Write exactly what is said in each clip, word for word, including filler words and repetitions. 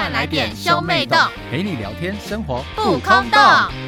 快来点兄妹洞， 陪你聊天，生活不空洞。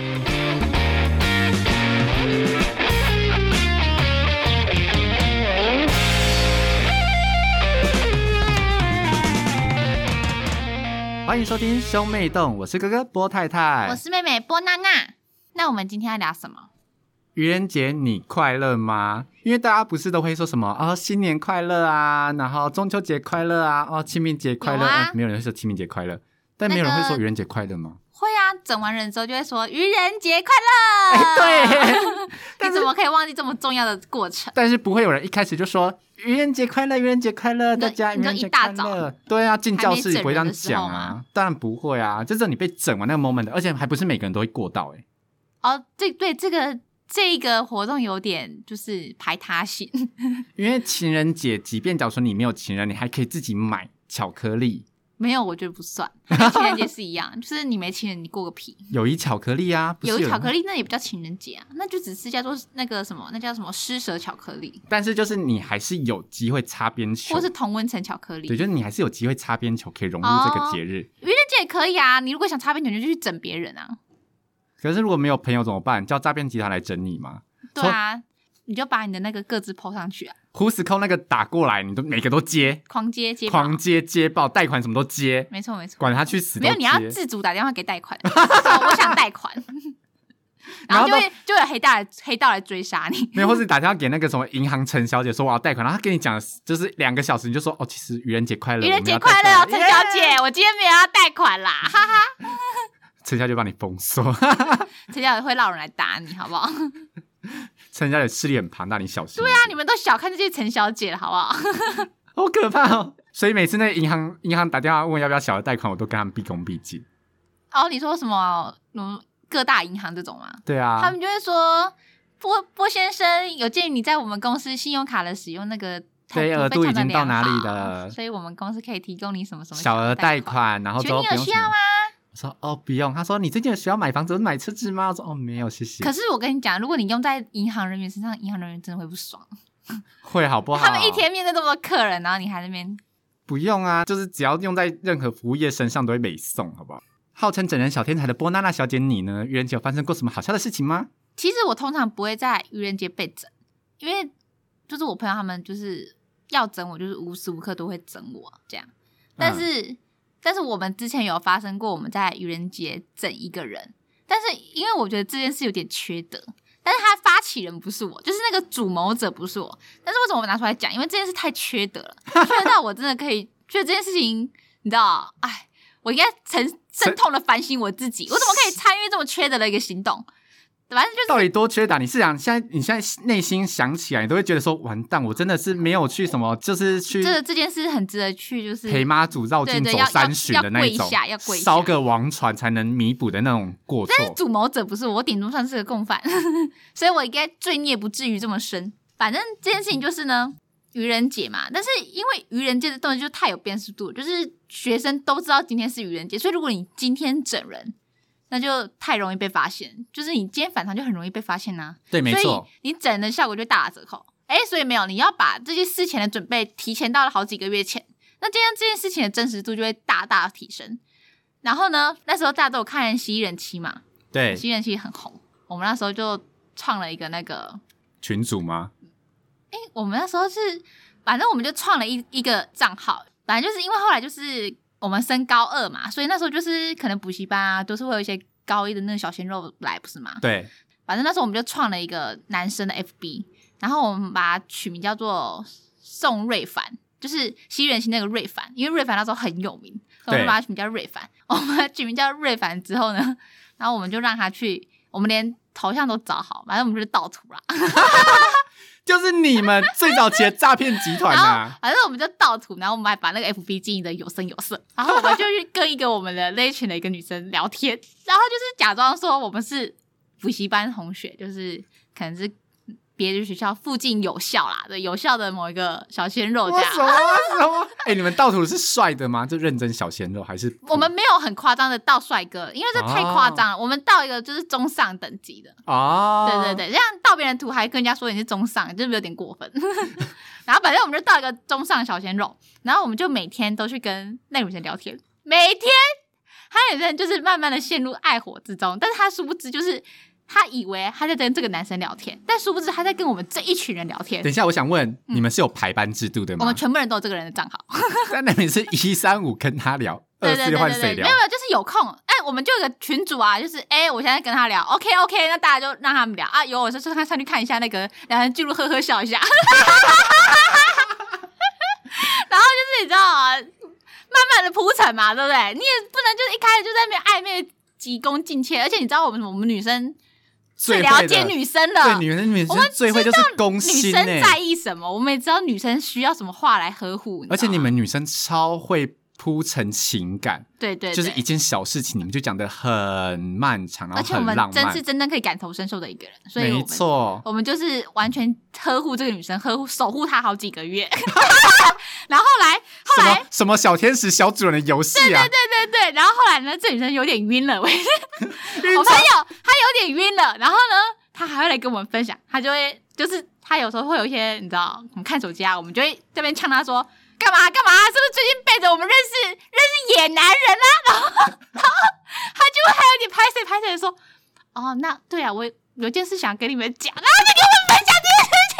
欢迎收听兄妹洞，我是哥哥波太太， 我是妹妹波娜娜。那我们今天要聊什么？ 愚人节你快乐吗？因为大家不是都会说什么哦，新年快乐啊，然后中秋节快乐啊，哦，清明节快乐、 啊呃、没有人会说清明节快乐，但没有人会说愚人节快乐吗？ 会啊，整完人之后就会说愚人节快乐、 欸、对你怎么可以忘记这么重要的过程？ 但是不会有人一开始就说愚人节快乐，愚人节快乐，大家愚人节快乐。对啊，进教室也不会这样讲啊，当然不会啊，就是你被整完那个 moment， 而且还不是每个人都会过到哎、 欸。哦，这对这个这个活动有点就是排他性， 因为情人节，即便假如说你没有情人，你还可以自己买巧克力。 没有，我觉得不算，跟情人节是一样，就是你没情人，你过个屁。 友谊巧克力啊，不是有友谊巧克力那也不叫情人节啊，那就只是叫做那个什么，那叫什么施舍巧克力。 但是就是你还是有机会擦边球， 或是同温层巧克力。 对，就是你还是有机会擦边球，可以融入这个节日。 愚人节也可以啊，你如果想擦边球，你就去整别人啊。 可是如果没有朋友怎么办？叫诈骗集团来整你吗？ 对啊，你就把你的那个个资 po 上去啊。 胡斯扣那个打过来，你都每个都接， 狂接接狂接接爆，贷款什么都接， 没错没错， 管他去死都接。没有，你要自主打电话给贷款，我想贷款，然后就会就有黑道来黑道来追杀你。 没有，或是打电话给那个什么银行陈小姐说我要贷款，然后他跟你讲就是两个小时，你就说哦，其实愚人节快乐， 愚人节快乐哦，陈小姐， yeah! 我今天没有要贷款啦，哈哈。 陈小姐帮你封锁， 陈小姐会让人来打你，好不好？ 陈小姐势力很庞大，你小心。 对啊，你们都小看这些陈小姐了，好不好？ 好可怕哦！所以每次那银行银行打电话问要不要小额贷款，我都跟他们毕恭毕敬。 哦，你说什么？嗯，各大银行这种吗？ 对啊， 他们就会说波波先生有建议你在我们公司信用卡的使用那个对额度已经到哪里了， 所以我们公司可以提供你什么什么小额贷款，然后之后不用什么。 觉得你有需要吗？ 我说哦不用，他说你最近有需要买房子买车子吗？我说哦没有谢谢。 可是我跟你讲，如果你用在银行人员身上，银行人员真的会不爽。 会好不好？ 他们一天面对这么多客人，然后你还在那边不用啊，就是只要用在任何服务业身上都会美送，好不好？号称整人小天才的波娜娜小姐，你呢？愚人节有发生过什么好笑的事情吗？ 其实我通常不会在愚人节被整，因为就是我朋友他们就是要整我，就是无时无刻都会整我这样。但是、嗯、但是我们之前有发生过，我们在愚人节整一个人，但是因为我觉得这件事有点缺德。但是他发起人不是我，就是那个主谋者不是我。但是为什么我拿出来讲？因为这件事太缺德了，缺到我真的可以觉得这件事情，你知道，哎，我应该沉深痛的反省我自己，我怎么可以参与这么缺德的一个行动？反正就是到底多缺德？你是想现在你现在内心想起来，你都会觉得说完蛋，我真的是没有去什么，就是去这这件事很值得去，就是陪妈祖绕境走三巡的那一种， 要跪下，要跪下， 烧个王船才能弥补的那种过错。 但是主谋者不是我，我顶多算是个共犯，所以我应该罪孽不至于这么深。反正这件事情就是呢，愚人节嘛，但是因为愚人节的东西就太有辨识度，就是学生都知道今天是愚人节，所以如果你今天整人，那就太容易被发现，就是你今天反常就很容易被发现啊。 对，没错。 所以你整的效果就大打折扣。哎，所以没有，你要把这些事前的准备提前到了好几个月前，那这样这件事情的真实度就会大大的提升。然后呢，那时候大家都有看《蜥蜴人妻》嘛， 对， 《蜥蜴人妻》很红，我们那时候就创了一个那个群组吗？ 哎，我们那时候是，反正我们就创了一一个账号，反正就是因为后来就是我们升高二嘛，所以那时候就是可能补习班啊，都是会有一些高一的那个小鲜肉来，不是吗？ 对， 反正那时候我们就创了一个男生的 F B， 然后我们把它取名叫做宋瑞凡，就是蜥蜴人妻那个瑞凡，因为瑞凡那时候很有名，所以我们把它取名叫瑞凡。我们把它取名叫瑞凡之后呢，然后我们就让他去，我们连头像都找好，反正我们就是盗图啦。 就是你们最早期的诈骗集团啊！ 反正我们就盗图，然后我们还把那个 F B 经营的有声有色，然后我们就去跟一个我们的那一群的一个女生聊天，然后就是假装说我们是补习班同学，就是可能是别的学校附近有校啦，对，有校的某一个小鲜肉这样。 什么什么？哎、欸，你们盗图是帅的吗？就认真小鲜肉还是？ 我们没有很夸张的盗帅哥，因为这太夸张了。哦、我们盗一个就是中上等级的。哦，对对对，这样盗别人图还跟人家说你是中上，就是有点过分。然后反正我们就盗一个中上小鲜肉，然后我们就每天都去跟那女生聊天。 每天他也在就是慢慢的陷入爱火之中，但是他殊不知就是他以为他在跟这个男生聊天，但殊不知他在跟我们这一群人聊天。 等一下，我想问、嗯、你们是有排班制度的吗？ 我们全部人都有这个人的账号。 那你是一三五跟他聊，二四换谁聊？ 没有没有，就是有空，哎、欸，我们就有个群组啊，就是哎、欸，我现在跟他聊 ，OK OK， 那大家就让他们聊啊。有我说上上去看一下那个聊天记录，呵呵笑一下。然后就是你知道啊，慢慢的铺陈嘛，对不对？你也不能就是一开始就在那边暧昧急攻近切，而且你知道我们我们女生最了解女生了， 对，女生女生最会就是攻心、欸、 女生在意什么，我们也知道女生需要什么话来呵护， 而且你们女生超会铺陈情感， 对 对, 对， 就是一件小事情你们就讲得很漫长，然后很浪漫，而且我们真是真正可以感同身受的一个人，所以我们没错， 我们就是完全呵护这个女生，呵护守护她好几个月。然后后来后来什, 么什么小天使小主人的游戏啊， 对对对对对，然后后来呢，这女生有点晕了，我我朋友她有点晕了，然后呢她还会来跟我们分享，她就会就是她有时候会有一些你知道我们看手机啊，我们就会这边呛她说干嘛干嘛，是不是最近背着我们认识认识野男人啊？然后然后她就会还有点拍谁拍谁的说哦那对啊，我有件事想跟你们讲，然后就跟我们分享这件事情。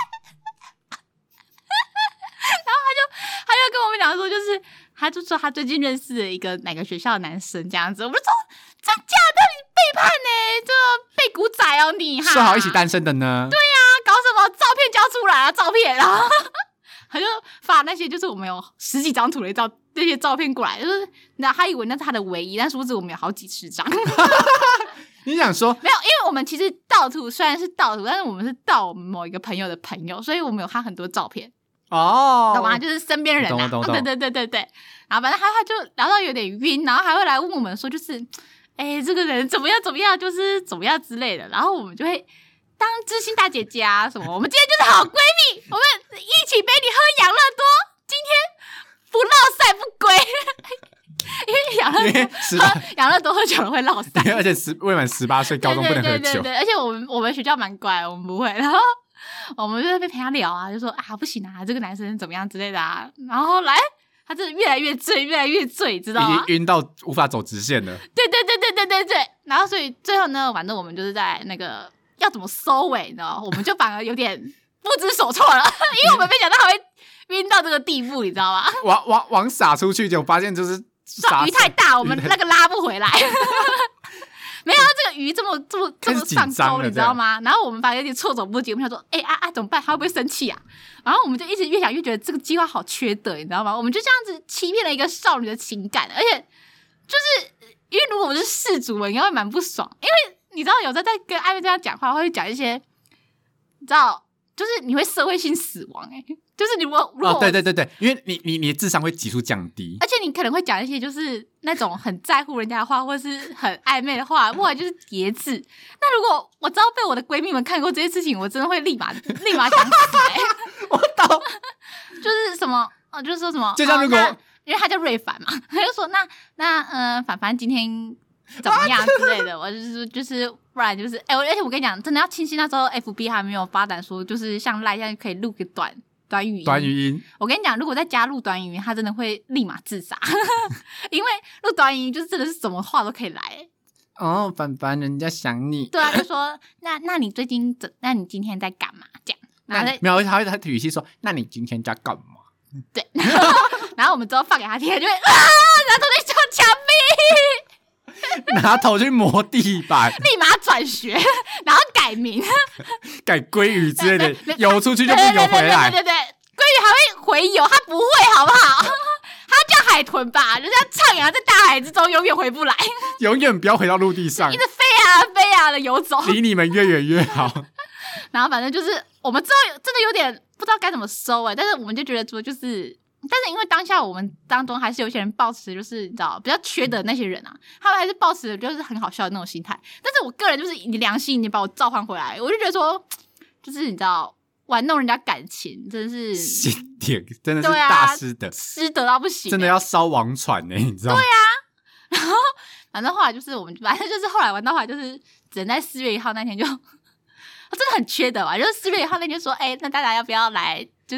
然后他就他就跟我们讲说，就是他就说他最近认识了一个哪个学校的男生这样子，我们就说真假的，你背叛呢、欸？这背骨仔哦你哈， 说好一起单身的呢？ 对呀、啊，搞什么照片交出来啊照片，然后他就发那些就是我们有十几张图的照那些照片过来，就是那他以为那是他的唯一，但殊不知我们有好几十张。 你想说没有，因为我们其实盗图虽然是盗图，但是我们是盗我们某一个朋友的朋友，所以我们有他很多照片。 哦， 懂吗？就是身边人啊， 懂懂懂， 对对对对对。然后反正他他就聊到有点晕，然后还会来问我们说，就是哎，这个人怎么样怎么样，就是怎么样之类的。然后我们就会当知心大姐姐啊什么。我们今天就是好闺蜜，我们一起陪你喝养乐多，今天不落赛不归。因为养乐多喝养乐多喝酒了会落赛， 而且十未满十八岁高中不能喝酒。 对对对对，而且我们我们学校蛮乖，我们不会。然后我们就在陪他聊啊，就说啊不行啊，这个男生怎么样之类的啊。然后后来他真的越来越醉，越来越醉，知道吗？ 已经晕到无法走直线了。 对对对对对对对。然后所以最后呢，反正我们就是在那个要怎么收尾呢？我们就反而有点不知所措了，因为我们没想到他会晕到这个地步，你知道吗？ 往往往撒出去，就发现就是鱼太大，我们那个拉不回来。没有，这个鱼这么这么这么上钩，你知道吗？然后我们反正有点措手不及，我们想说，哎、欸、啊啊，怎么办？他会不会生气啊？然后我们就一直越想越觉得这个计划好缺德，你知道吗？我们就这样子欺骗了一个少女的情感，而且就是因为如果我是事主，我应该会蛮不爽，因为你知道有时候在跟暧昧对象讲话，会讲一些，你知道，就是你会社会性死亡、欸，哎。就是你如果如果、 哦、对对对对，因为你你你的智商会急速降低， 而且你可能会讲一些就是那种很在乎人家的话，或是很暧昧的话，不然就是节制。那如果我知道被我的闺蜜们看过这些事情，我真的会立马立马想死、欸。 我懂， 就是什么哦，就是说什么， 就像如果、 哦、因为他叫瑞凡嘛，他就说那那嗯、呃，凡凡今天怎么样之类的，我就是就是不然就是哎、欸，而且我跟你讲，真的要庆幸那时候 F B 还没有发展说，就是像赖一样可以录个短。短语音， 短语音， 我跟你讲，如果再加入短语音，他真的会立马自杀，因为录短语音就是真的是什么话都可以来、欸。 哦，凡凡，人家想你。 对啊，就说那那你最近怎？那你今天在干嘛？这样，然后没有，他会他语气说，那你今天在干嘛？ 对，然后然后我们之后放给他听，他就会啊，然后他就敲墙壁， 拿头去磨地板， 立马转学，然后改名， 改鲑鱼之类的，游出去就不游回来。 对对对对，鲑鱼还会回游，他不会，好不好？他叫海豚吧，就这样徜徉在大海之中，永远回不来， 永远不要回到陆地上， 一直飞啊飞啊的游走， 离你们越远越好。 然后反正就是我们之后真的有点不知道该怎么收哎、欸，但是我们就觉得说就是。但是因为当下我们当中还是有些人抱持就是你知道比较缺德的那些人啊，他们还是抱持的就是很好笑的那种心态。但是我个人就是你良心已经把我召唤回来，我就觉得说，就是你知道玩弄人家感情，真的是心点真的是大失德， 失德到不行、欸， 真的要烧王船呢、欸，你知道吗？ 对啊，然后反正后来就是我们反正就是后来玩到后来就是只能在四月一号那天就，真的很缺德吧，就是四月一号那天说，哎、欸，那大家要不要来就是。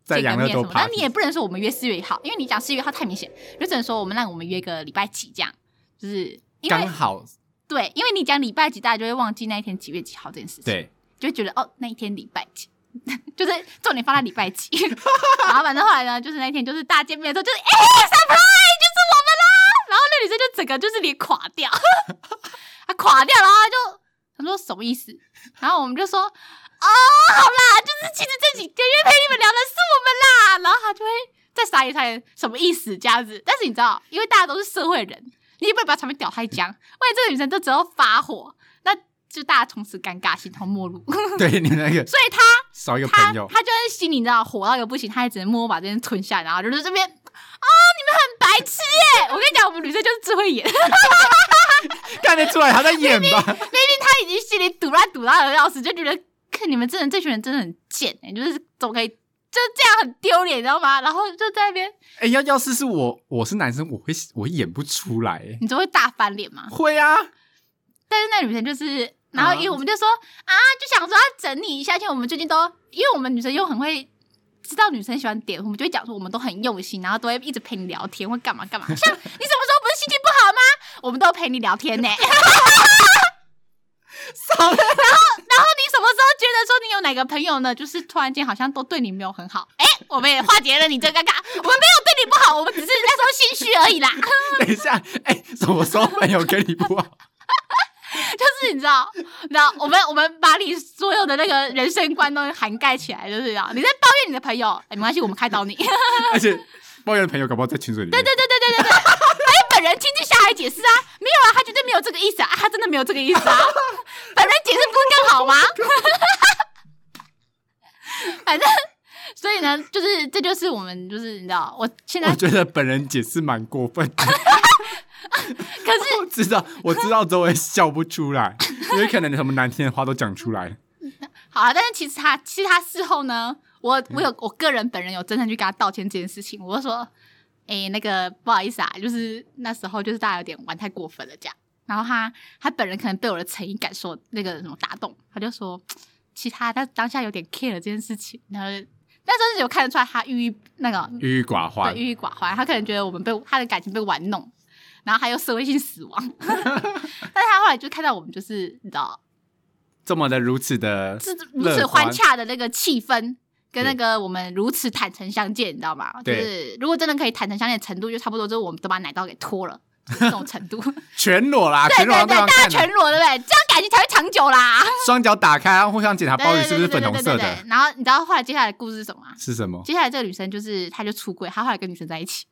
在养乐多 party， 但你也不能说我们约四月一号，因为你讲四月一号太明显，就只能说我们让我们约个礼拜几这样，就是刚好。 对，因为你讲礼拜几，大家就会忘记那一天几月几号这件事情， 对， 就会觉得哦那一天礼拜几，就是重点放在礼拜几。然后反正后来呢，就是那天就是大家见面的时候，就是哎、欸、surprise 就是我们啦，然后那女生就整个就是脸垮掉，她垮掉，然后她就她说什么意思？然后我们就说哦好啦，就是其实这几个月陪你们聊的是我们啦，然后她就会再傻眼傻眼什么意思这样子。但是你知道，因为大家都是社会人，你也不能把场面屌太僵，万一这个女生就只有发火，那就大家从此尴尬，形同陌路。 对你那个， 所以他少一个朋友， 他他就在心里你知道火到一个不行，他也只能默默把这件吞下，然后就是这边啊、哦，你们很白痴耶！我跟你讲，我们女生就是只会演， 看得出来他在演吧？ 明明他已经心里堵烂堵到的要死，就觉得看你们真的这群人真的很贱哎，就是怎么可以就这样很丢脸，你知道吗？然后就在那边， 哎、欸，要要是是我，我是男生，我会我会演不出来、欸， 你就会大翻脸吗？ 会啊，但是那女生就是，然后因为我们就说啊，就想说要整你一下，因为我们最近都，因为我们女生又很会知道女生喜欢点，我们就会讲说我们都很用心，然后都会一直陪你聊天或干嘛干嘛。像你什么时候不是心情不好吗？我们都陪你聊天呢、欸。然后，然后你什么时候觉得说你有哪个朋友呢？就是突然间好像都对你没有很好，哎、欸，我们也化解了你这个尴尬，我们没有对你不好，我们只是那时候心虚而已啦。 等一下，哎、欸，什么时候朋友跟你不好？ 就是你知道，你知道，我们我们把你所有的那个人生观都涵盖起来，就是啊，你在抱怨你的朋友，哎、欸，没关系，我们开导你。而且抱怨的朋友搞不好在群组里面。 对对对对对对对，还有本人亲自下来解释啊，没有啊，他绝对没有这个意思啊，啊他真的没有这个意思啊，本人解释不是更好吗？反正，所以呢，就是这就是我们就是你知道，我现在我觉得本人解释蛮过分的。 可是我知道，我知道，周围笑不出来，因为可能什么难听的话都讲出来。 好啊，但是其实他，其实他事后呢，我我有我个人本人有真正去跟他道歉这件事情，我就说，哎、欸，那个不好意思啊，就是那时候就是大家有点玩太过分了这样。然后他他本人可能被我的诚意感受那个什么打动，他就说，其实他他当下有点 care 这件事情，然后那时候有看得出来他郁郁那个郁郁寡欢， 对，郁郁寡欢，他可能觉得我们被他的感情被玩弄。然后还有社会性死亡，但是他后来就看到我们就是你知道， 这么的如此的如此欢洽的那个气氛，跟那个我们如此坦诚相见，你知道吗？就是如果真的可以坦诚相见的程度，就差不多就是我们都把奶刀给脱了这种程度， 全裸啦， 对对对，大家全裸对不对？这样感情才会长久啦。 双脚打开，然后互相检查鲍鱼是不是粉红色的。 对对对对对对，然后你知道后来接下来的故事是什么吗？ 是什么？ 接下来这个女生就是她就出柜，她后来跟女生在一起。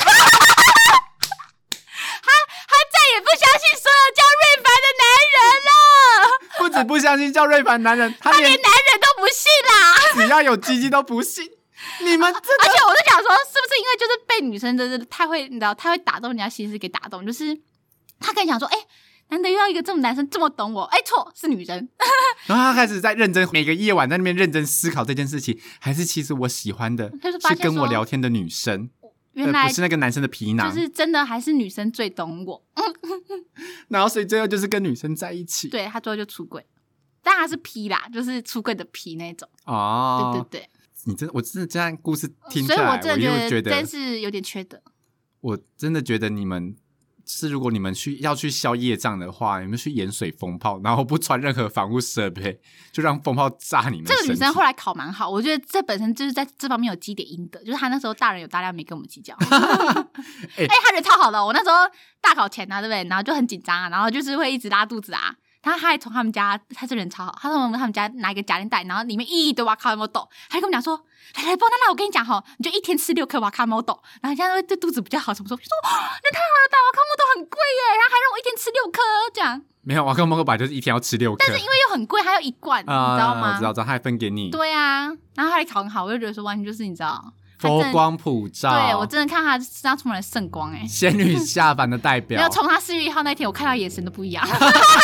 也不相信所有叫瑞凡的男人了， 不止不相信叫瑞凡男人， 他连男人都不信啦， 只要有鸡鸡都不信。你们真的， 而且我就想说，是不是因为就是被女生真的太会，你知道，太会打动人家心思给打动，就是他可以想说，哎、欸，难得遇到一个这么男生这么懂我，哎、欸，错，是女生。 然后他开始在认真，每个夜晚在那边认真思考这件事情，还是其实我喜欢的是跟我聊天的女生。 原来、呃、 不是那个男生的皮囊， 就是真的还是女生最懂我。 然后所以最后就是跟女生在一起， 对，他最后就出柜，但他是皮啦，就是出柜的皮那种。 哦， 对对对， 你真的，我真的这样故事听下来， 所以我真的觉得真是有点缺德。 我真的觉得你们是，如果你们去要去消业障的话，你们去盐水风炮，然后不穿任何防护设备，就让风炮炸你们。 这个女生后来考蛮好，我觉得这本身就是在这方面有积点阴德，就是她那时候大人有大量没跟我们计较。哎、欸，她人超好的，我那时候大考前啊，对不对？然后就很紧张啊，然后就是会一直拉肚子啊。他还从他们家，他这人超好，他从他们家拿一个夹链袋，然后里面一堆瓦卡莫豆，还跟我们讲说，来来，波娜娜，我跟你讲吼，你就一天吃六颗瓦卡莫豆，然后这样会对肚子比较好。什么说？我说那太好了吧，瓦卡莫豆很贵耶，然后还让我一天吃六颗，这样。 没有，瓦卡莫豆本来就是一天要吃六颗， 但是因为又很贵，还有一罐，呃、你知道吗？ 我知道，知道，他还分给你。 对啊，然后他还考很好，我就觉得说完全就是你知道。 佛光普照， 对我真的看他身上充满了圣光哎， 仙女下凡的代表。 没有，从他四月一号那天，我看他眼神都不一样。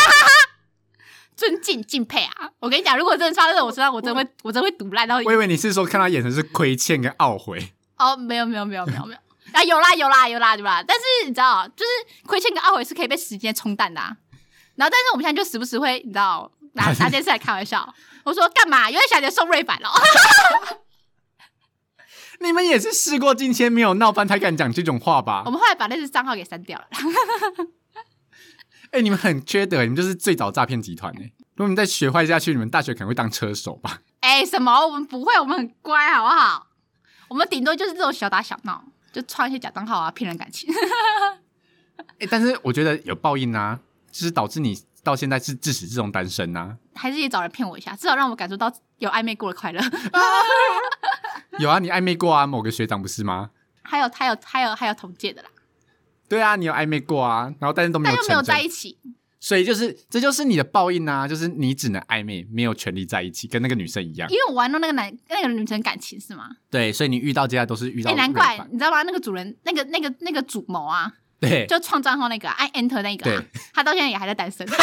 尊敬敬佩啊！我跟你讲，如果真的发生在我身上，我真会，我真会毒烂到。 我以为你是说看他眼神是亏欠跟懊悔。 哦，没有没有没有没有没有啊，有啦有啦有啦对吧？但是你知道，就是亏欠跟懊悔是可以被时间冲淡的啊。然后，但是我们现在就时不时会，你知道，拿拿件事来开玩笑。我说干嘛？有点想着送瑞凡了。 你们也是事过境迁没有闹翻才敢讲这种话吧？ 我们后来把那只账号给删掉了。 哎、欸，你们很缺德，你们就是最早诈骗集团哎！如果你们再学坏下去，你们大学可能会当车手吧？ 哎、欸，什么？我们不会，我们很乖，好不好？我们顶多就是这种小打小闹，就创一些假账号啊，骗人感情。 哎、欸，但是我觉得有报应啊，就是导致你到现在是自始至终单身啊。 还是也找人骗我一下，至少让我感受到有暧昧过的快乐。 有啊，你暧昧过啊，某个学长不是吗？ 还有，还有，还有，还有同届的啦。 对啊，你有暧昧过啊，然后但是都没有成真， 但又没有在一起， 所以就是这就是你的报应啊，就是你只能暧昧，没有权利在一起，跟那个女生一样。 因为我玩到那个男那个女生感情是吗？ 对，所以你遇到接下来都是遇到。哎、 欸，难怪你知道吗？那个主人，那个那个那个主谋啊， 对， 就创账号那个、啊、按 Enter 那个、啊，他到现在也还在单身。哦，原来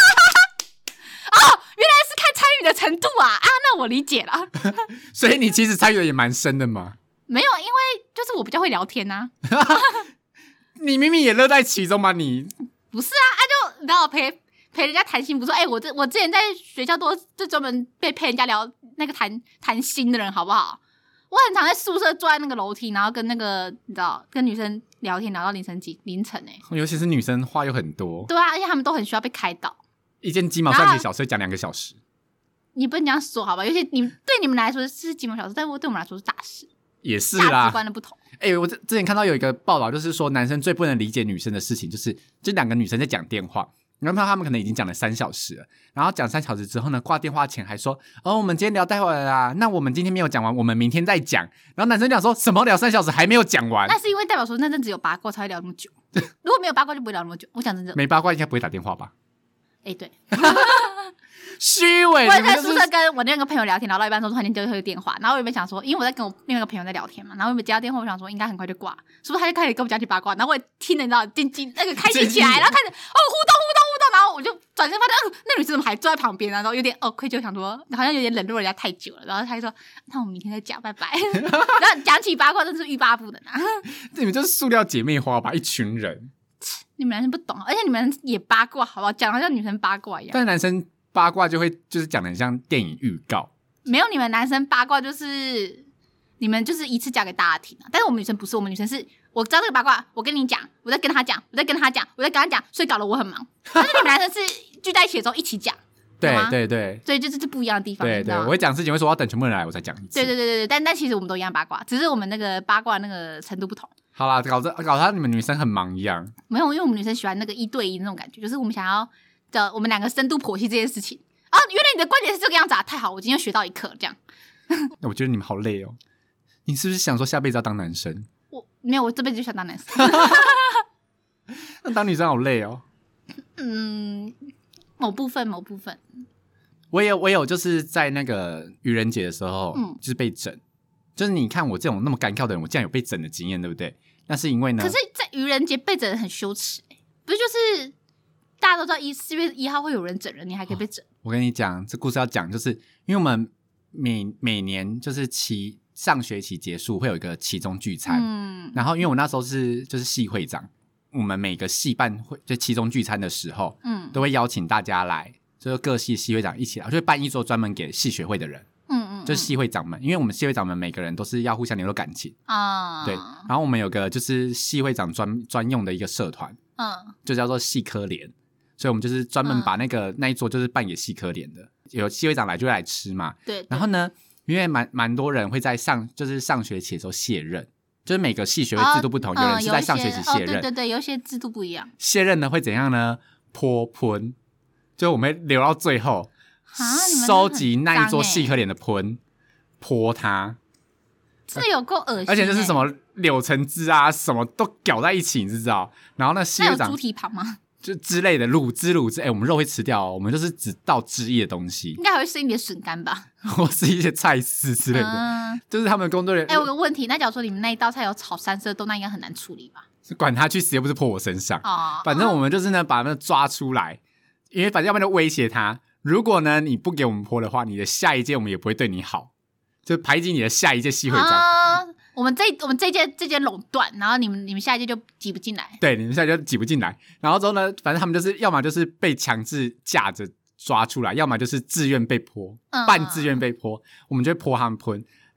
是看参与的程度啊啊，那我理解了。 所以你其实参与的也蛮深的嘛。 没有，因为就是我比较会聊天啊。 你明明也乐在其中嘛，你不是啊？啊就你知道陪陪人家谈心，不是说哎、欸，我这我之前在学校都就专门被陪人家聊那个谈谈心的人，好不好？我很常在宿舍坐在那个楼梯，然后跟那个你知道跟女生聊天聊到凌晨几凌晨哎、 欸，尤其是女生话又很多。 对啊，而且他们都很需要被开导。 一件鸡毛蒜皮小事讲两个小时， 你不能这样说好吧？尤其你对你们来说是鸡毛小事，但对我们来说是大事。 也是啦， 价值观的不同。 哎、欸，我之前看到有一个报道，就是说男生最不能理解女生的事情，就是就两个女生在讲电话，然后他们可能已经讲了三小时了，然后讲三小时之后呢，挂电话前还说，哦，我们今天聊待会儿啦，那我们今天没有讲完，我们明天再讲。然后男生讲说什么聊三小时还没有讲完？ 那是因为代表说那阵子有八卦才会聊那么久，如果没有八卦就不会聊那么久。我讲真的， 没八卦应该不会打电话吧？ 哎、欸，对。 虚伪！ 我也在宿舍跟我那个朋友聊天，聊到一半的时候，突然间接到一个电话，然后我原本想说，因为我在跟我另外一个朋友在聊天嘛，然后我原本接到电话，我想说应该很快就挂，是不是他就开始跟我讲起八卦？然后我也听得你知道，静静那个开心起来，然后开始哦互动互动互动，然后我就转身发现，嗯，那女生怎么还坐在旁边、啊？然后有点哦愧疚，想说好像有点冷落人家太久了，然后他就说，那我们明天再讲，拜拜。然后讲起八卦真是欲罢不能啊！ 你们就是塑料姐妹花吧，一群人。 你们男生不懂，而且你们也八卦，好不好？讲得像女生八卦一样。 但是男生八卦就会就是讲得很像电影预告。 没有，你们男生八卦就是你们就是一次讲给大家听啊，但是我们女生不是，我们女生是我知道这个八卦，我跟你讲，我再跟他讲，我再跟他讲，我再跟他讲，所以搞得我很忙。但是你们男生是聚在一起的时候一起讲。 对对对， 所以就是不一样的地方。 对对，我会讲事情，会说我要等全部人来我才讲一次。 对对对对对，但但其实我们都一样八卦，只是我们那个八卦那个程度不同。 好啦，搞得搞得你们女生很忙一样。 没有，因为我们女生喜欢那个一对一那种感觉，就是我们想要的，我们两个深度剖析这件事情。啊，原来你的观点是这个样子啊！太好，我今天学到一课，这样。 我觉得你们好累哦。你是不是想说下辈子要当男生？ 我没有，我这辈子就想当男生。 那当女生好累哦。 嗯，某部分某部分。 我也有我也有就是在那个愚人节的时候，嗯，就是被整。就是你看我这种那么干跳的人，我竟然有被整的经验，对不对？那是因为呢， 可是，在愚人节被整很羞耻、欸，不是就是大家都知道一四月一号会有人整人，你还可以被整。哦、 我跟你讲，这故事要讲，就是因为我们每每年就是期上学期结束会有一个期中聚餐，嗯，然后因为我那时候是就是系会长，我们每个系办会就期中聚餐的时候，嗯，都会邀请大家来，就是各系系会长一起来，就会办一桌专门给系学会的人。嗯嗯，就是系会长们，因为我们系会长们每个人都是要互相联络感情啊，对。然后我们有个就是系会长专专用的一个社团，嗯，就叫做系科联，所以我们就是专门把那个、嗯、那一桌就是办给系科联的，有系会长来就会来吃嘛，对。然后呢，因为蛮蛮多人会在上就是上学期的时候卸任，就是每个系学会制度不同，哦、有人是在上学期卸任， 哦、对对对，有一些制度不一样。 卸任呢会怎样呢？泼喷，就我们留到最后。收集那一桌系科联的喷泼它， 这有够恶心、欸， 而且就是什么柳橙汁啊，什么都搅在一起，你知道？然后那系会长那有猪蹄膀吗？ 就之类的卤汁卤汁，哎、欸，我们肉会吃掉、哦，我们就是只倒汁液的东西， 应该还会是一点笋干吧， 或是一些菜丝之类的，嗯、就是他们工作人员。 哎、欸，我有个问题，那假如说你们那一道菜有炒三色豆，那应该很难处理吧？ 管他去死，又不是泼我身上。 哦， 反正我们就是呢，把那抓出来，因为反正要不然就威胁他。如果呢你不给我们泼的话，你的下一届我们也不会对你好，就排挤你的下一届系会长。 啊、我们这我们这届这届垄断，然后你们你们下一届就挤不进来。 对，你们下一届就挤不进来。然后之后呢，反正他们就是要么就是被强制架着抓出来，要么就是自愿被泼，嗯、半自愿被泼，我们就会泼他们喷。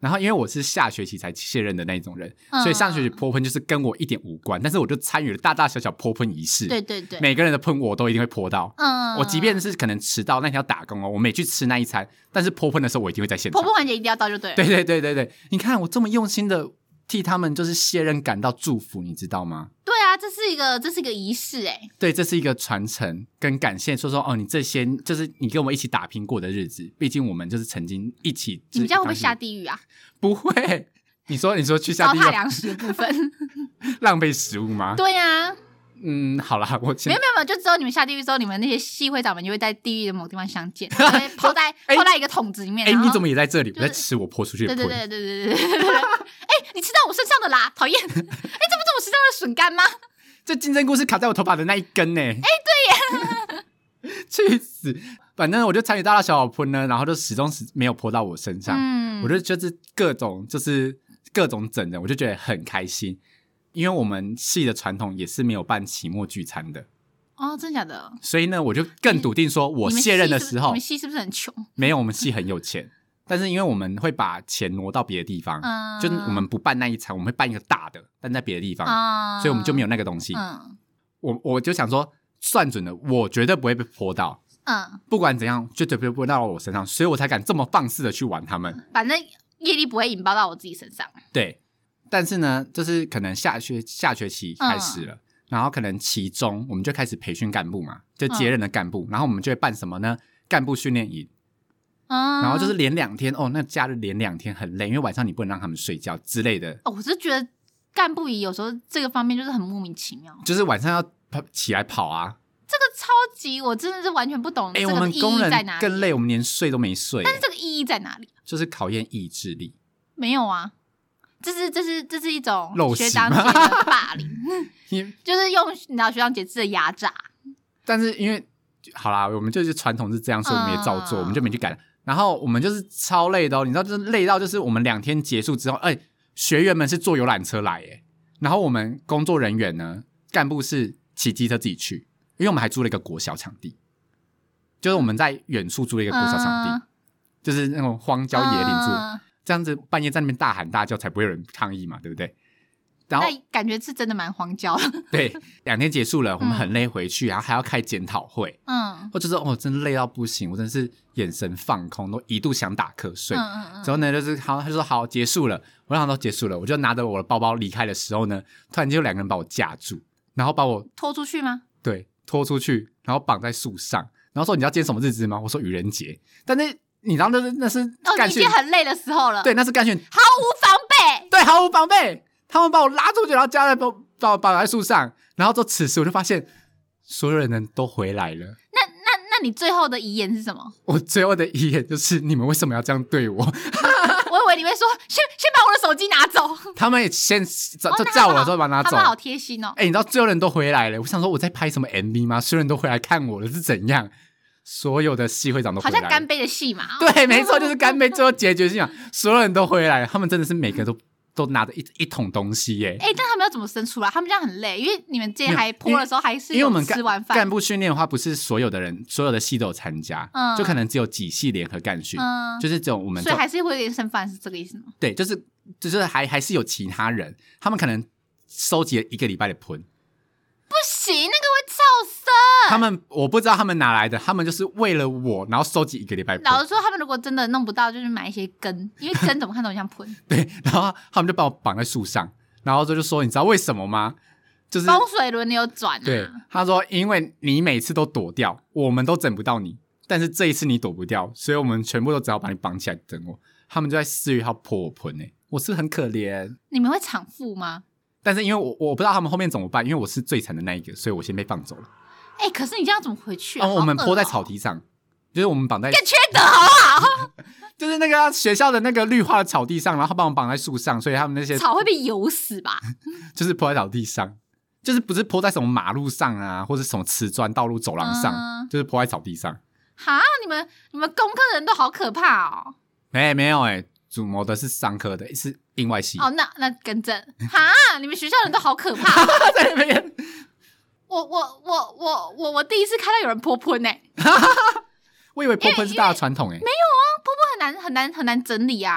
然后因为我是下学期才卸任的那种人，嗯、所以上学期泼喷就是跟我一点无关，但是我就参与了大大小小泼喷仪式。 对对对， 每个人的喷我都一定会泼到。嗯，我即便是可能迟到那天要打工哦，我没去吃那一餐，但是泼喷的时候我一定会在现场。 泼喷环节一定要到就对了。 对对对对对，你看我这么用心的替他们就是卸任感到祝福，你知道吗？ 对啊，这是一个这是一个仪式哎。对， 这是一个传承跟感谢，说说哦，你这些就是你跟我们一起打拼过的日子，毕竟我们就是曾经一起。 你们这样会不会下地狱啊？ 不会，你说你说去下地狱， 糟蹋粮食的部分， 浪费食物吗？ 对啊。 嗯，好啦，我没有没有没有，就之后你们下地狱之后，你们那些系会长们就会在地狱的某地方相见，就会泡在欸、泡在一个桶子里面。 哎、欸，你怎么也在这里？ 就是、 我在吃我泼出去的喷。对对对对对对对对。哎、欸，你吃到我身上的啦，讨厌！哎、欸，这不是我身上的笋干吗？ 这金针菇是卡在我头发的那一根呢。哎、 欸， 对耶，去死！反正我就参与大大小小喷呢，然后就始终是没有泼到我身上。嗯，我就就是各种就是各种整人，我就觉得很开心。因为我们系的传统也是没有办期末聚餐的哦，真的假的？ 所以呢，我就更笃定说，我卸任的时候， 你们系是不是很穷？ 没有，我们系很有钱，但是因为我们会把钱挪到别的地方，嗯、就是我们不办那一场，我们会办一个大的，但在别的地方，嗯、所以我们就没有那个东西。嗯、我我就想说，算准了，我绝对不会被泼到，嗯，不管怎样，绝对不会到我身上，所以我才敢这么放肆的去玩他们。 反正业力不会引爆到我自己身上。 对。但是呢，就是可能下学下学期开始了，嗯、然后可能期中我们就开始培训干部嘛，就接任的干部，嗯、然后我们就会办什么呢？干部训练营，嗯、然后就是连两天哦，那假日连两天很累，因为晚上你不能让他们睡觉之类的。 哦，我是觉得干部营有时候这个方面就是很莫名其妙， 就是晚上要跑起来跑啊。 这个超级，我真的是完全不懂这个的意义在哪里。欸、我们工人更累，我们连睡都没睡。 但是这个意义在哪里？ 就是考验意志力。 没有啊。这是这是这是一种学长姐的霸凌，就是用你知道学长姐的压榨。 但是因为好啦，我们就是传统是这样，所以我们也照做，嗯、我们就没去改。然后我们就是超累的哦，你知道，就是累到就是我们两天结束之后，哎，学员们是坐游览车来耶，然后我们工作人员呢，干部是骑机车自己去，因为我们还租了一个国小场地，就是我们在远处租了一个国小场地，嗯、就是那种荒郊野岭住。嗯这样子半夜在那边大喊大叫才不会有人抗议嘛，对不对？然后那感觉是真的蛮荒郊的。 对，两天结束了，我们很累回去，然后还要开检讨会。嗯，或者说哦，真的累到不行，我真的是眼神放空，都一度想打瞌睡。嗯嗯嗯。之后呢，就是好，他就说好结束了，我想都结束了，我就拿着我的包包离开的时候呢，突然间有两个人把我架住，然后把我拖出去吗？ 对，拖出去，然后绑在树上，然后说你知道今天什么日子吗？我说愚人节，但是。你知道那是那是哦，你已经很累的时候了。 对，那是干训， 毫无防备。 对，毫无防备。他们把我拉出去，然后夹在把把我绑在树上，然后就此时我就发现所有人都回来了。 那那那你最后的遗言是什么？ 我最后的遗言就是你们为什么要这样对我？ 我以为你会说先先把我的手机拿走。 他们也先就叫我的时候把它拿走。 他们好贴心哦。 哎、欸，你知道所有人都回来了，我想说我在拍什么 M V 吗？所有人都回来看我了是怎样？所有的系会长都回来了， 好像干杯的戏嘛。 对，没错，就是干杯最后结局戏嘛，所有人都回来了，他们真的是每个都都拿着一一桶东西耶。 哎、欸，但他们要怎么生出来？他们这样很累，因为你们之前还泼的时候还是因为我们吃完饭干部训练的话，不是所有的人所有的系都有参加、嗯，就可能只有几系联合干训、嗯，就是这种我们， 所以还是会有点剩饭，是这个意思吗？ 对，就是就是还还是有其他人，他们可能收集了一个礼拜的盆。 不行，那个会臭生。 他们我不知道他们哪来的，他们就是为了我，然后收集一个礼拜。 老实说，他们如果真的弄不到，就是买一些根，因为根怎么看都很像盆。 对，然后他们就把我绑在树上，然后就说：“你知道为什么吗？就是风水轮流转、啊。” 对，他说：“因为你每次都躲掉，我们都整不到你，但是这一次你躲不掉，所以我们全部都只好把你绑起来等我。”他们就在四月号泼我盆诶、欸，我是不是很可怜？ 你们会偿付吗？ 但是因为我我不知道他们后面怎么办，因为我是最惨的那一个，所以我先被放走了。 哎、欸，可是你这样怎么回去啊？ 哦，我们泼在草地上，就是我们绑在更缺德好不好？ 就是那个学校的那个绿化的草地上，然后把我们绑在树上，所以他们那些草会被油死吧？ 就是泼在草地上，就是不是泼在什么马路上啊，或者什么瓷砖道路走廊上，嗯、就是泼在草地上。 哈，你们你们工科的人都好可怕哦！ 没、欸、没有哎、欸，主谋的是商科的，是应外系。 哦，那那更正哈，你们学校人都好可怕、哦， 在那边。 我我我我我我第一次看到有人泼喷哎， 我以为泼喷是大家的传统哎，没有啊，泼喷很难很难很难整理啊。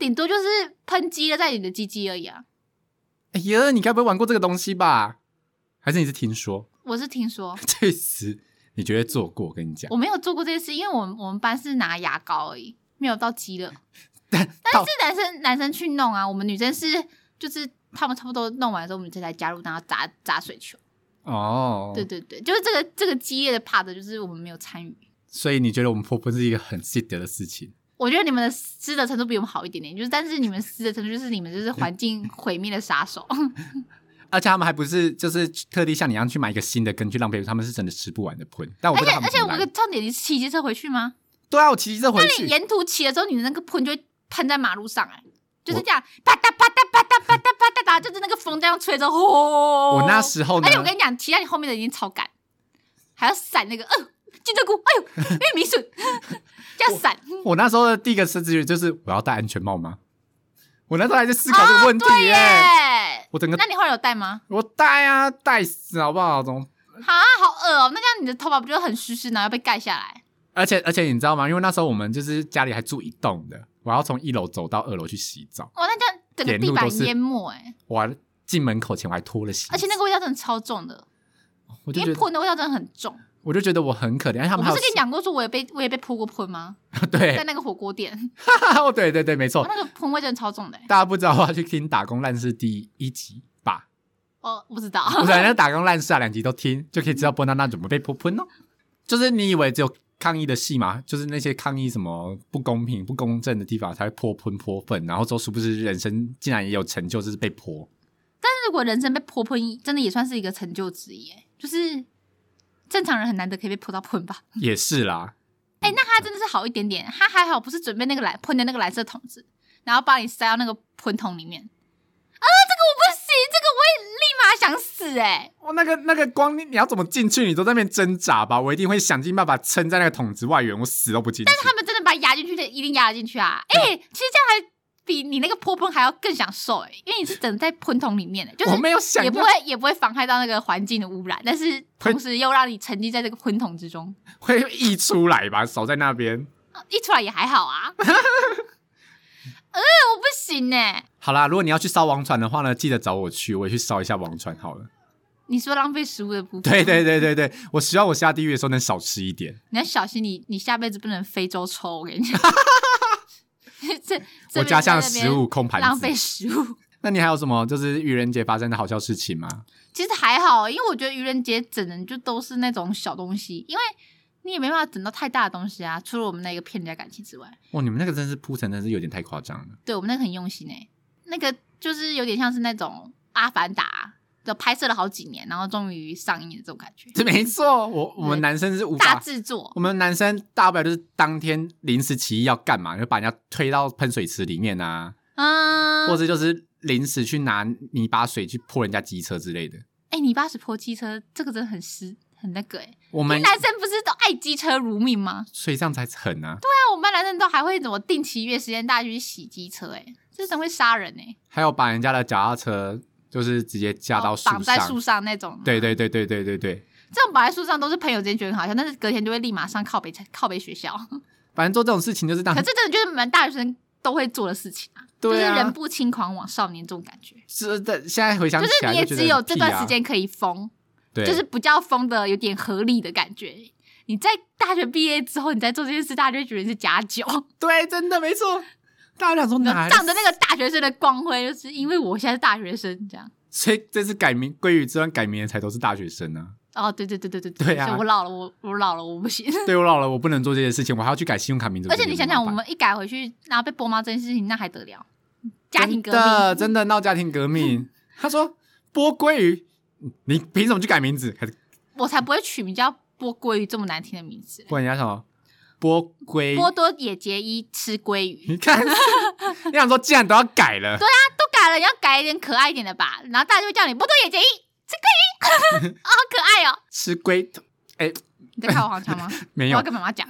顶多就是喷鸡了在你的鸡鸡而已啊。 哎呀，你该不会玩过这个东西吧？还是你是听说？ 我是听说。 确实，你绝对做过。我跟你讲， 我没有做过这件事，因为我们我们班是拿牙膏而已，没有到鸡了。但是男生男生去弄啊，我们女生是就是他们差不多弄完的时候，我们这才加入，然后砸砸水球。 哦， 对对对，就是这个这个激烈的 part， 就是我们没有参与。 所以你觉得我们泼喷是一个很 sick 的事情？ 我觉得你们的湿的程度比我们好一点点，就是但是你们湿的程度就是你们就是环境毁灭的杀手。 而且他们还不是就是特地像你一样去买一个新的根去浪费，他们是真的吃不完的喷。但我不知道他们而且而且我有个重点，你是骑机车回去吗？ 对啊，我骑机车回去。 那你沿途骑的时候，你的那个喷就会喷在马路上、欸，哎，就是这样，啪嗒啪嗒啪嗒啪嗒啪嗒，就是那个风这样吹着，吼！ 我那时候呢， 而且我跟你讲，骑在你后面的已经超赶，还要闪那个，呃，金针菇，哎呦，玉米笋，这样闪。 我, 我那时候的第一个直觉就是我要戴安全帽吗？我那时候还在思考这个问题耶、欸哦。 我整个， 那你后来有戴吗？ 我戴啊，戴死好不好？怎么？ 啊，好恶哦、喔！那这样你的头发不就很湿湿，然后要被盖下来？ 而且而且你知道吗？因为那时候我们就是家里还住一栋的，我要从一楼走到二楼去洗澡。 哇，那这样整个地板淹没哎、欸！ 我进门口前我还脱了鞋子， 而且那个味道真的超重的， 我就觉得因为喷的味道真的很重。 我就觉得我很可怜。他们我不是跟你讲过说我也被我也被泼过喷吗？ 对， 在那个火锅店。 哦，对对对，没错。 那个喷味真的超重的、欸。 大家不知道的话，去听《打工烂事》第一集吧。 哦，不知道。 不是，那打工烂事啊，两集都听，就可以知道波娜娜怎么被泼喷哦。就是你以为只有抗议的戏嘛，就是那些抗议什么不公平、不公正的地方才会泼喷泼粪，然后之后殊不知人生竟然也有成就，就是被泼。 但是如果人生被泼喷，真的也算是一个成就之一，就是正常人很难得可以被泼到喷吧？ 也是啦。 哎、欸，那他真的是好一点点，他还好不是准备那个蓝喷的那个蓝色桶子，然后把你塞到那个喷桶里面。啊，这个我不行，这个我也立马想死哎、欸！ 我那个那个光你要怎么进去，你都在那边挣扎吧？我一定会想尽办法撑在那个桶子外缘，我死都不进去。 但是他们真的把它压进去的，一定压得进去啊！哎、欸，其实这样还比你那个泼喷还要更享受哎、欸，因为你是整在喷桶里面的、欸，就是我没有想， 也不会也不会妨害到那个环境的污染，但是同时又让你沉浸在这个喷桶之中， 会溢出来吧？少在那边， 一出来也还好啊。呃，我不行哎、欸。 好啦，如果你要去烧王船的话呢，记得找我去，我也去烧一下王船好了。 你说浪费食物的部分， 对对对对对，我希望我下地狱的时候能少吃一点。 你要小心你，你下辈子不能非洲抽，我跟你讲。这我家乡的食物空盘子， 浪费食物。 那你还有什么就是愚人节发生的好笑事情吗？ 其实还好，因为我觉得愚人节整人就都是那种小东西，因为你也没办法整到太大的东西啊，除了我们那个骗人家感情之外。 哇，你们那个真是铺陈真是有点太夸张了。 对，我们那个很用心欸，那个就是有点像是那种阿凡达，就拍摄了好几年，然后终于上映的这种感觉。 这没错，我我们男生是无法大制作， 我们男生大不了就是当天临时起意要干嘛，就把人家推到喷水池里面啊，嗯，或者就是临时去拿泥巴水去泼人家机车之类的。 哎、欸，泥巴水泼机车，这个真的很湿，很那个哎、欸。 我们男生不是都爱机车如命吗？ 所以这样才狠啊！ 对啊，我们班男生都还会怎么定期约时间大家去洗机车、欸，哎，这真会杀人哎、欸！ 还有把人家的脚踏车就是直接架到树上， 绑、哦、在树上那种。 对对对对对对对， 这种绑在树上都是朋友之间觉得很好笑，但是隔天就会立马上靠北靠北学校。 反正做这种事情就是当， 可是真的就是我们大学生都会做的事情啊。对啊，就是人不轻狂枉少年这种感觉。 是的，现在回想起来、 就是你也只有这段时间可以疯， 对， 就是不叫疯的有点合理的感觉。你在大学毕业之后，你在做这件事，大家就会觉得你是假酒。 对，真的没错。大家想说哪仗着那个大学生的光辉，就是因为我现在是大学生这样。 所以这次改名鲑鱼之乱改名的才都是大学生啊。 哦，对对对对对对啊！ 我老了，我我老了，我不行。 对，我老了，我不能做这件事情，我还要去改信用卡名字。 而且你想想，我们一改回去，然后被波妈这件事情，那还得了？家庭革命， 真的真的闹家庭革命。他说波鲑鱼，你凭什么去改名字？ 我才不会取名叫波鲑鱼这么难听的名字。 不然人家什么波鲑波多野结衣吃鲑鱼？ 你看，你想说既然都要改了， 对啊，都改了，你要改一点可爱一点的吧？然后大家就会叫你波多野结衣吃鲑鱼，啊、哦，好可爱哦！ 吃龟，哎、欸， 你在开我黄腔吗？ 没有， 我要跟妈妈讲。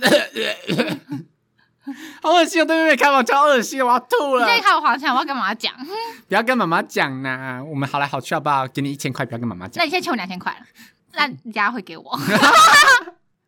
好恶心！我对妹妹开黄腔，恶心，我要吐了。 你在开我黄腔，我要跟妈妈讲。 不要跟妈妈讲呐，我们好来好去好不好？给你一千块，不要跟妈妈讲。 那你现在欠我两千块了，那你等下会给我。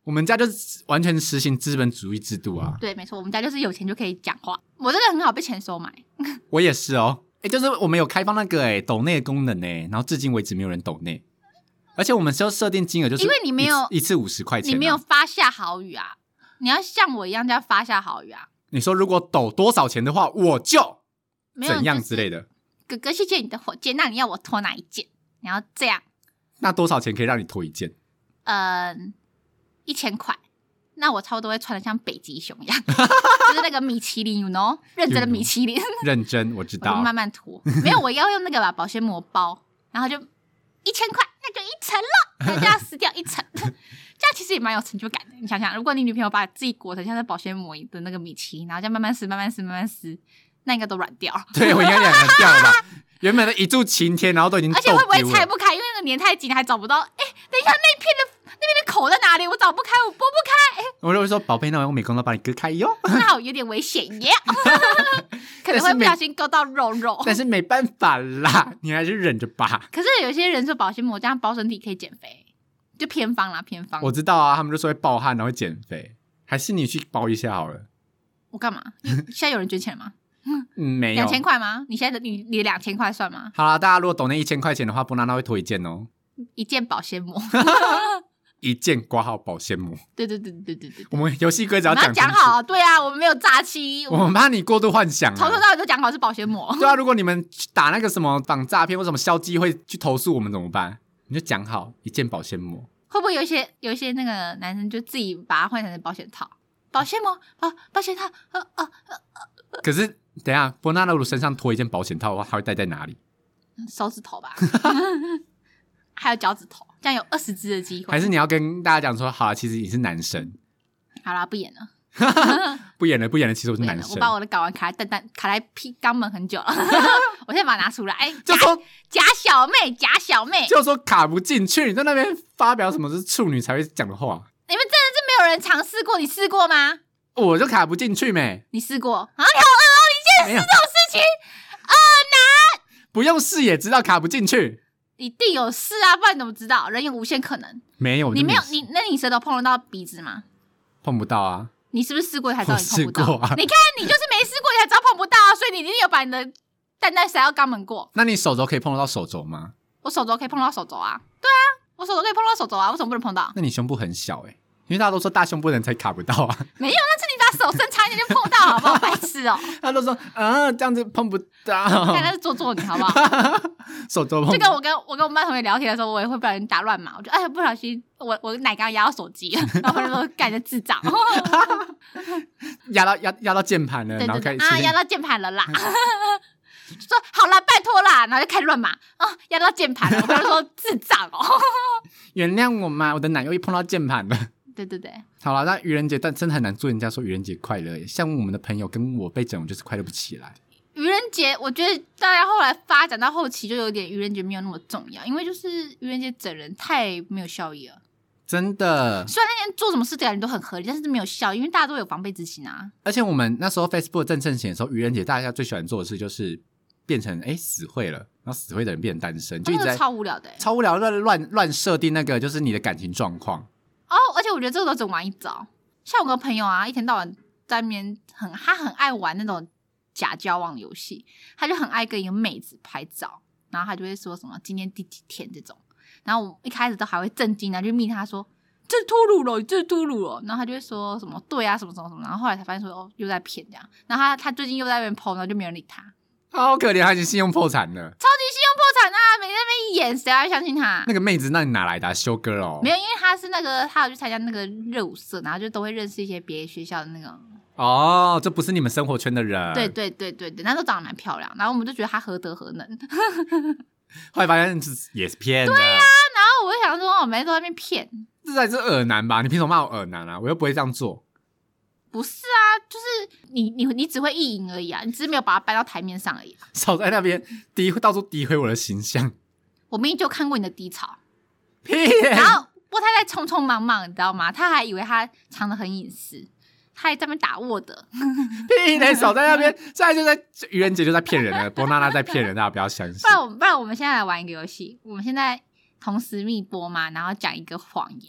我们家就是完全实行资本主义制度啊。 对，没错，我们家就是有钱就可以讲话。我这个很好被钱收买。 我也是哦。哎，就是我们有开放那个哎抖内的功能哎，然后至今为止没有人抖内，而且我们是要设定金额，就是因为你没有一次五十块钱、啊， 你没有发下豪语啊，你要像我一样叫发下豪语啊。 你说如果抖多少钱的话，我就怎样之类的。 就是、哥哥，谢谢你的火箭，那你要我脱哪一件？你要这样。 那多少钱可以让你脱一件？ 嗯、呃，一千块。那我差不多会穿得像北极熊一样，就是那个米其林 ，you know， 认真的米其林。 认真，我知道。 我慢慢脱，没有，我要用那个吧保鲜膜包，然后就一千块，那就一层了，那就要撕掉一层。这样其实也蛮有成就感的。你想想，如果你女朋友把自己裹成像是保鲜膜的那个米奇，然后这样慢慢撕、慢慢撕、慢慢撕，那应该都软掉了。 对，我应该软掉了吧？原本的一柱擎天，然后都已经， 而且会不会拆不开？因为那个粘太紧，还找不到。哎，等一下，那片的那边的口在哪里？我找不开，我拨不开。 我就会说，宝贝，那我用美工刀把你割开哟。 那有点危险耶，可能会不小心割到肉肉。 但是没办法啦，你还是忍着吧。 可是有些人说保鲜膜这样包身体可以减肥，就偏方啦，偏方。 我知道啊，他们就说会爆汗，然后会减肥。还是你去包一下好了。 我干嘛？现在有人捐钱吗？ 嗯，没有。 两千块吗？你现在的你你两千块算吗？ 好啦，大家如果抖那一千块钱的话，波娜娜会脱一件哦， 一件保鲜膜， 一件挂号保鲜膜。 对对对对对对， 我们游戏规则要讲讲好，对啊，我们没有诈欺， 我们怕你过度幻想、啊， 从头到尾都讲好是保鲜膜。 对啊，如果你们打那个什么仿诈骗或什么消基会去投诉我们怎么办？你就讲好一件保鲜膜。 会不会有一些有一些那个男生就自己把它换成保险套？保鲜膜，保保险套，呃呃呃。 可是等一下，波娜娜如果身上脱一件保险套的话，她会戴在哪里？ 手指头吧，还有脚趾头，这样有二十只的机会。 还是你要跟大家讲说，好啦，其实你是男生。 好啦，不演了， 不演了，不演了。其实我是男生。 我把我的睾丸卡在蛋蛋卡在屁肛门很久了，我现在把它拿出来。哎， 就说假小妹，假小妹， 就说卡不进去，你在那边发表什么是处女才会讲的话？ 你们真的是没有人尝试过，你试过吗？ 我就卡不进去没？ 你试过啊？你好恶哦！你竟然试这种事情，恶男！ 不用试也知道卡不进去， 一定有试啊，不然你怎么知道？人有无限可能。 没有， 你没有你，那你舌头碰得到鼻子吗？ 碰不到啊。 你是不是试过才知道你碰不到？ 啊、 你看，你就是没试过，你才知道碰不到啊！所以你一定有把你的蛋蛋塞到肛门过。 那你手肘可以碰得到手肘吗？ 我手肘可以碰到手肘啊。对啊，我手肘可以碰到手肘啊，为什么不能碰到？ 那你胸部很小哎、欸，因为大家都说大胸部的人才卡不到啊。 没有，那是你把手伸长一点就碰到，好不好？白痴哦、喔！ 他都说啊，这样子碰不到。 看他是做作你好不好？ 手肘碰。 就跟我跟我跟我们班同学聊天的时候，我也会不小心打乱码，我就哎呀不小心，我我奶刚压到手机了，然后他就说干的智障， 压到压压到键盘了， 对对对， 然后开始啊压到键盘了啦。就说好啦，拜托啦，然后就开始乱码啊，压到键盘了，我就说智障哦。 原谅我嘛，我的奶又一碰到键盘了。 对对对， 好了，那愚人节，但真的很难祝人家说愚人节快乐耶。像我们的朋友跟我被整，我就是快乐不起来。 愚人节，我觉得大家后来发展到后期，就有点愚人节没有那么重要，因为就是愚人节整人太没有效益了。 真的， 虽然那天做什么事感觉都很合理，但是没有效，因为大家都有防备之心啊。 而且我们那时候 Facebook 正盛行的时候，愚人节大家最喜欢做的事就是变成哎死会了，然后死会的人变成单身，就一直在、 哦、超无聊的， 超无聊，乱乱乱设定那个就是你的感情状况。 哦，而且我觉得这个都只玩一招。像我个朋友啊，一天到晚在那边很，他很爱玩那种假交往游戏，他就很爱跟一个妹子拍照，然后他就会说什么今天第几天这种。然后我一开始都还会震惊，然后就密他说这是秃噜了，这是秃噜了，然后他就会说什么对啊什么什么什么，然后后来才发现说哦又在骗这样。然后他他最近又在那边 po， 然后就没人理他， 好可怜，他已经信用破产了， 超级信用破产啊！每天在那边演，谁还会相信他？ 那个妹子那你哪来的、啊？修哥哦， 没有，因为他是那个他有去参加那个热舞社，然后就都会认识一些别的学校的那种。 哦，这不是你们生活圈的人。 对对对对对，那都长得蛮漂亮，然后我们就觉得他何德何能。 后来发现也是骗的。 对啊，然后我就想说，我每天都在那边骗， 这才是恶男吧？你凭什么骂我恶男啊？我又不会这样做。 不是啊，就是你你你只会意淫而已啊，你只是没有把它搬到台面上而已、啊。 少在那边诋到处诋毁我的形象。 我明明就看过你的低潮， 屁！ 然后波太太匆匆忙忙，你知道吗？他还以为他藏得很隐私。他还在那边打我的， 屁嘞！少在那边，现在就在愚人节就在骗人了，波娜娜在骗人，大家不要相信。 不然我们不然我们现在来玩一个游戏，我们现在同时密播嘛，然后讲一个谎言，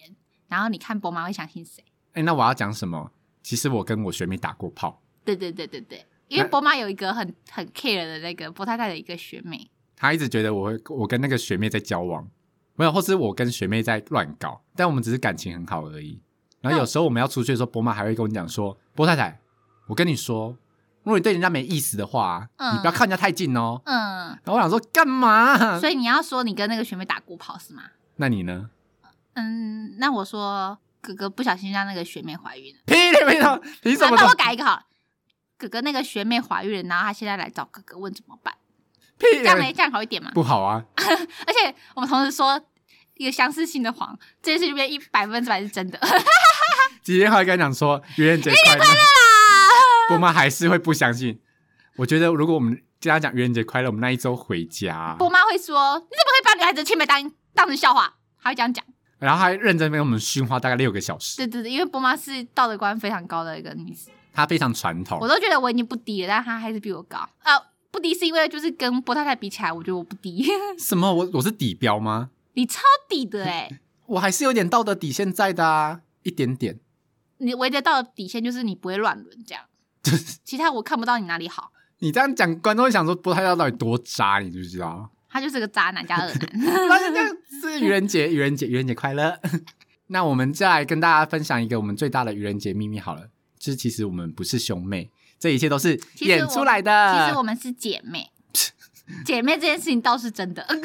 然后你看波妈会相信谁？ 哎、欸，那我要讲什么？其实我跟我学妹打过炮。 对对对对对，因为波妈有一个很很 care 的那个波太太的一个学妹， 她一直觉得我我跟那个学妹在交往，没有，或是我跟学妹在乱搞，但我们只是感情很好而已。然后有时候我们要出去的时候，波妈还会跟我讲说：“波太太，我跟你说，如果你对人家没意思的话，嗯、你不要靠人家太近哦。”嗯，然后我想说干嘛？ 所以你要说你跟那个学妹打过炮是吗？ 那你呢？ 嗯，那我说哥哥不小心让那个学妹怀孕了。 屁嘞，没有，你怎么？ 那我改一个好了，哥哥那个学妹怀孕了，然后他现在来找哥哥问怎么办？ 屁嘞， 这样没这样好一点吗？ 不好啊！ 而且我们同时说一个相似性的谎，这件事就变一百分之百是真的。 几天后来跟他讲说愚人节快乐啦，波妈还是会不相信。我觉得如果我们跟他讲愚人节快乐，我们那一周回家， 波妈会说：“你怎么可以把女孩子的青梅当当成笑话？”她会这样讲， 然后还认真跟我们训话大概六个小时。 对对对，因为波妈是道德观非常高的一个女子， 她非常传统。 我都觉得我已经不低了，但她还是比我高啊、呃！不低是因为就是跟波太太比起来，我觉得我不低。 什么？我我是底标吗？ 你超底的哎、欸！ 我还是有点道德底线在的啊，一点点。 你唯一的道德底线就是你不会乱伦，这样，其他我看不到你哪里好。 你这样讲，观众会想说波太太到底多渣，你知不知道？ 他就是个渣男加恶男。 那就这样是愚人节，愚人节，愚人节快乐。那我们再来跟大家分享一个我们最大的愚人节秘密好了，就是其实我们不是兄妹，这一切都是演出来的。 其实我们是姐妹，姐妹这件事情倒是真的。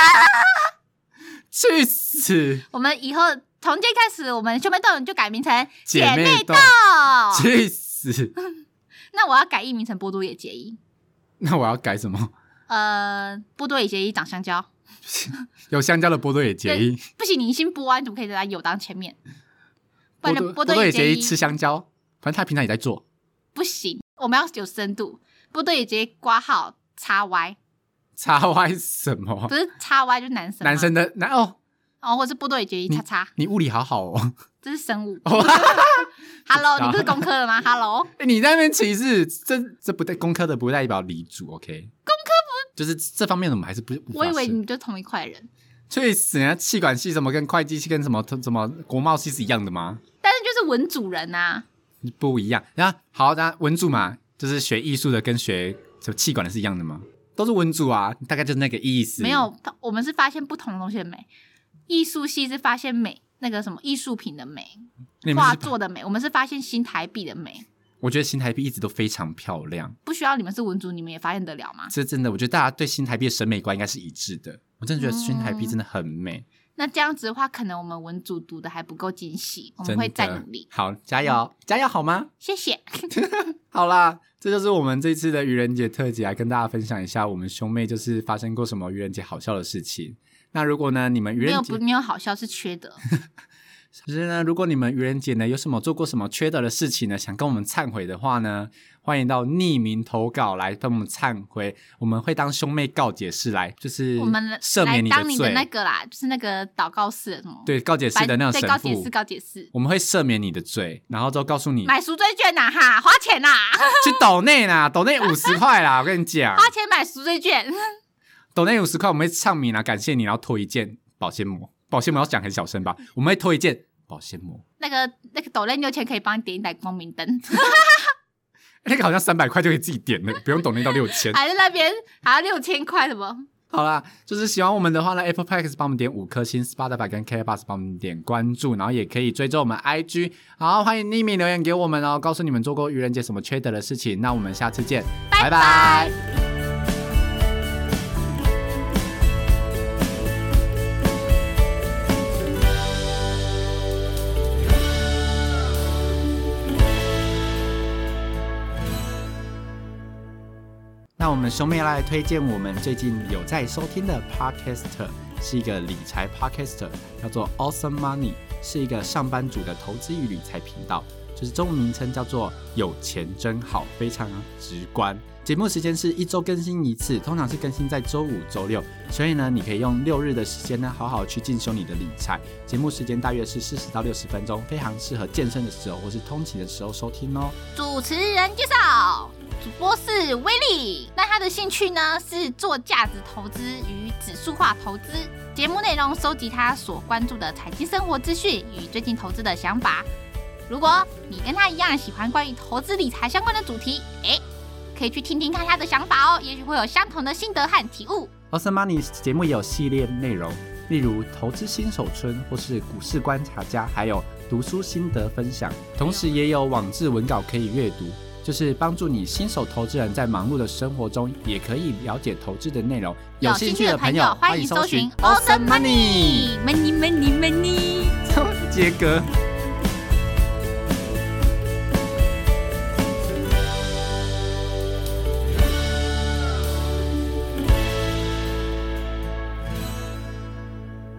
去死！ 我们以后从今天开始，我们兄妹斗就改名成姐妹斗。 去死！ 那我要改艺名成波多野结衣。 那我要改什么？ 呃，波多野结衣长香蕉， 有香蕉的波多野结衣。 不行，你姓波啊，你怎么可以在有当前面？ 波多波多野结衣吃香蕉，反正他平常也在做。 不行，我们要有深度。波多野结衣括号叉 Y。 叉 Y 什么？ 不是叉 Y 就是男生， 男生的男哦哦，或者是波多野结衣叉叉。 你物理好好哦， 这是生物。Hello， 你不是工科的吗 ？Hello， 你在那边歧视，这这不对，工科的不代表理组 ，OK？ 工科不就是这方面的，我们还是不。 我以为你就同一块人。 去死！人家气管系什么跟会计系跟什么什么国贸系是一样的吗？ 但是就是文组人啊， 不一样。然后好，那文组嘛，就是学艺术的跟学什么气管的是一样的吗？都是文组啊，大概就是那个意思。 没有，我们是发现不同的东西的美。艺术系是发现美，那个什么艺术品的美，画作的美。我们是发现新台币的美。 我觉得新台币一直都非常漂亮。 不需要你们是文组，你们也发现得了吗？ 这真的，我觉得大家对新台币的审美观应该是一致的。我真的觉得新台币真的很美。嗯、 那这样子的话，可能我们文组读的还不够精细，我们会再努力。 好，加油，嗯、加油好吗？ 谢谢。 好啦。这就是我们这次的愚人节特辑，来跟大家分享一下我们兄妹就是发生过什么愚人节好笑的事情。那如果呢你们愚人节没有没有好笑是缺德。 就是呢，如果你们愚人节呢有什么做过什么缺德的事情呢，想跟我们忏悔的话呢，欢迎到匿名投稿来跟我们忏悔，我们会当兄妹告解室来，就是我们赦免你的罪， 来当你的那个啦，就是那个祷告室什么， 对，告解室的那种神父， 对，告解室告解室， 我们会赦免你的罪，然后之后告诉你买赎罪券呐、啊、哈，花钱呐、啊， 去抖内啦，抖内五十块啦，我跟你讲， 花钱买赎罪券， 抖内五十块，我们会唱名啦，感谢你，然后拖一件保鲜膜，保鲜膜要讲很小声吧，我们会拖一件保鲜膜， 那个那个抖内六千可以帮你点一台光明灯。 那个好像三百块就可以自己点了，不用抖内到六千， 还在那边还要六千块什么？ 好啦，就是喜欢我们的话呢 ，Apple Podcast 帮我们点五颗星 ，Spotify 跟 K K B O X 帮我们点关注，然后也可以追踪我们 I G。好，欢迎匿名留言给我们哦，告诉你们做过愚人节什么缺德的事情。那我们下次见，拜拜。拜拜。那我们兄妹来推荐我们最近有在收听的 Podcaster， 是一个理财 Podcaster， 叫做 Awesome Money， 是一个上班族的投资与理财频道，就是中文名称叫做有钱真好，非常直观。节目时间是一周更新一次，通常是更新在周五、周六，所以呢，你可以用六日的时间呢，好好去进修你的理财。节目时间大约是四十到六十分钟，非常适合健身的时候或是通勤的时候收听哦。 主持人介绍。 主播是威力，那他的兴趣呢是做价值投资与指数化投资。节目内容收集他所关注的财经生活资讯与最近投资的想法。如果你跟他一样喜欢关于投资理财相关的主题，哎，可以去听听看他的想法哦，也许会有相同的心得和体悟。 Awesome Money 节目也有系列内容，例如投资新手村或是股市观察家，还有读书心得分享，同时也有网志文稿可以阅读，就是帮助你新手投资人在忙碌的生活中也可以了解投资的内容。 有兴趣的朋友欢迎搜寻 Awesome Money Money Money Money 杰哥。